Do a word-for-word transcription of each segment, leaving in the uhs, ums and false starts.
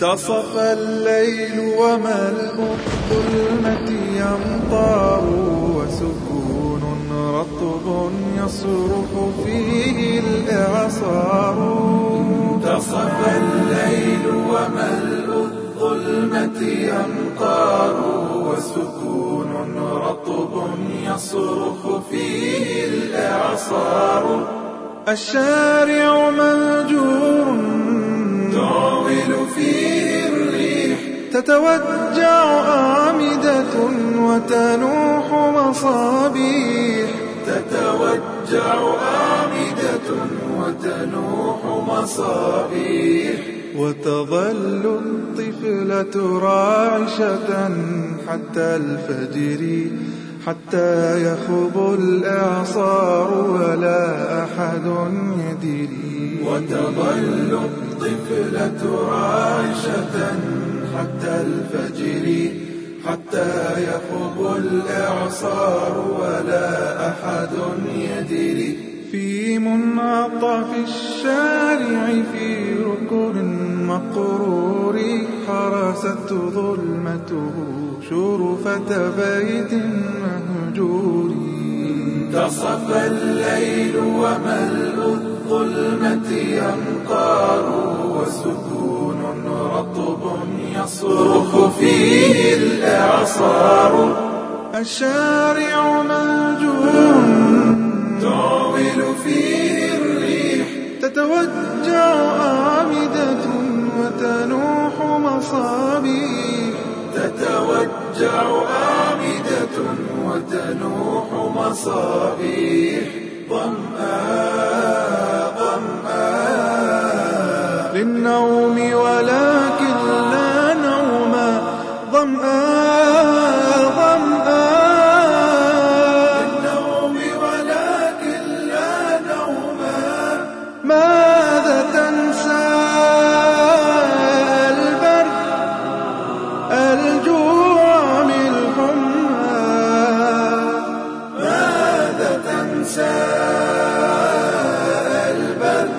انتصف الليل وملء الظلمة أمطار وسكون رطب يصرخ فيه الإعصار. انتصف الليل وملء الظلمة أمطار وسكون رطب يصرخ فيه الإعصار. الشارع مهجور تعول فيه الريح تتوجع آمدة وتنوح مصابيح. تتوجع آمدة وتنوح مصابيح. وتظل الطفلة راعشة حتى الفجر حتى يخب الإعصار ولا أحد يدري. وتظل الطفلة راعشة حتى الفجر حتى يخب الإعصار ولا أحد يدري. في منعطف الشارع في ركن مقرور حرست ظلمته شرفة بيت مهجور. انتصف الليل وملء الظلمة أمطار وسكون رطب يصرخ فيه الإعصار. الشارع مهجور تعول فيه الريح تتوجع آمدة وتنوح مصابيح. تتوجع آمدة وتنوح مصابيح. ظمآن ظمآن للنوم ولكن لا نوم. ظمآن ظمآن للنوم ولكن لا نوم. ماذا تنسى البرد الجوع من الحمى. ماذا تنسى البرد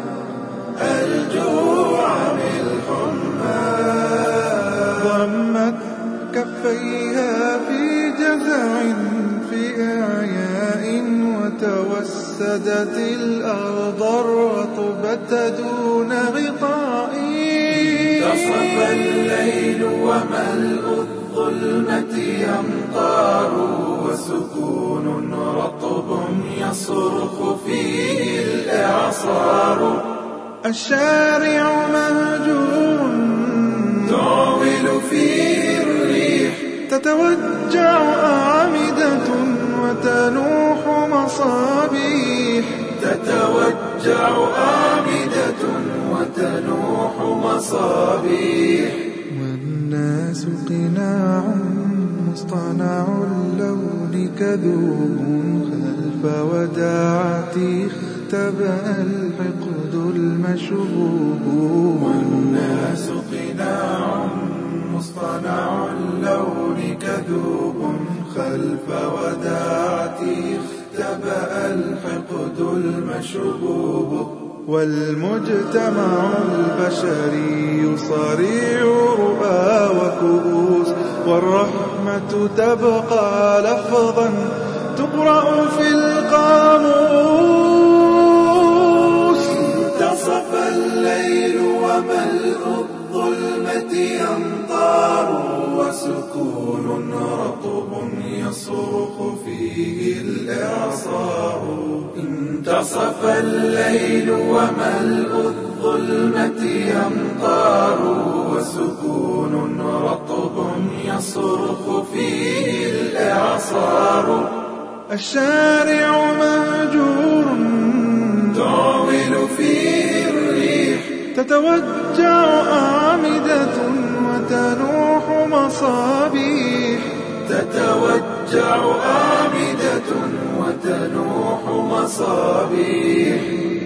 الجوع من الحمى. ضمت كفيها في جزع في إعياء وتوسدت الأرض الرطبة دون غطاء. انتصف الليل وملء الظلمة أمطار وسكون رطب يصرخ فيه الإعصار. الشارع مهجور تعول فيه الريح تتوجع آمدة وتنوح مصابيح. تتوجع آمدة وتنوح مصابيح. والناس قناع مصطنع اللون كذوب خلف وداعتي اختبأ الحقد المشبوب. والناس قناع مصطنع اللون كذوب خلف وداعتي اختبأ الحقد المشبوب. والمجتمع البشري صريع رؤى وكؤوس والرحمة تبقى لفظا تقرأ في القاموس. انتصف الليل وملء الظلمة أمطار وسكون رطب يصرخ فيه الإعصار. انتصف الليل وملء الظلمة أمطار وسكون رطب يصرخ فيه الإعصار. الشارع مهجور تعول فيه الريح تتوجع آمدة وتنوح مصابيح. تتوجع آمدة وتنوح مصابيح.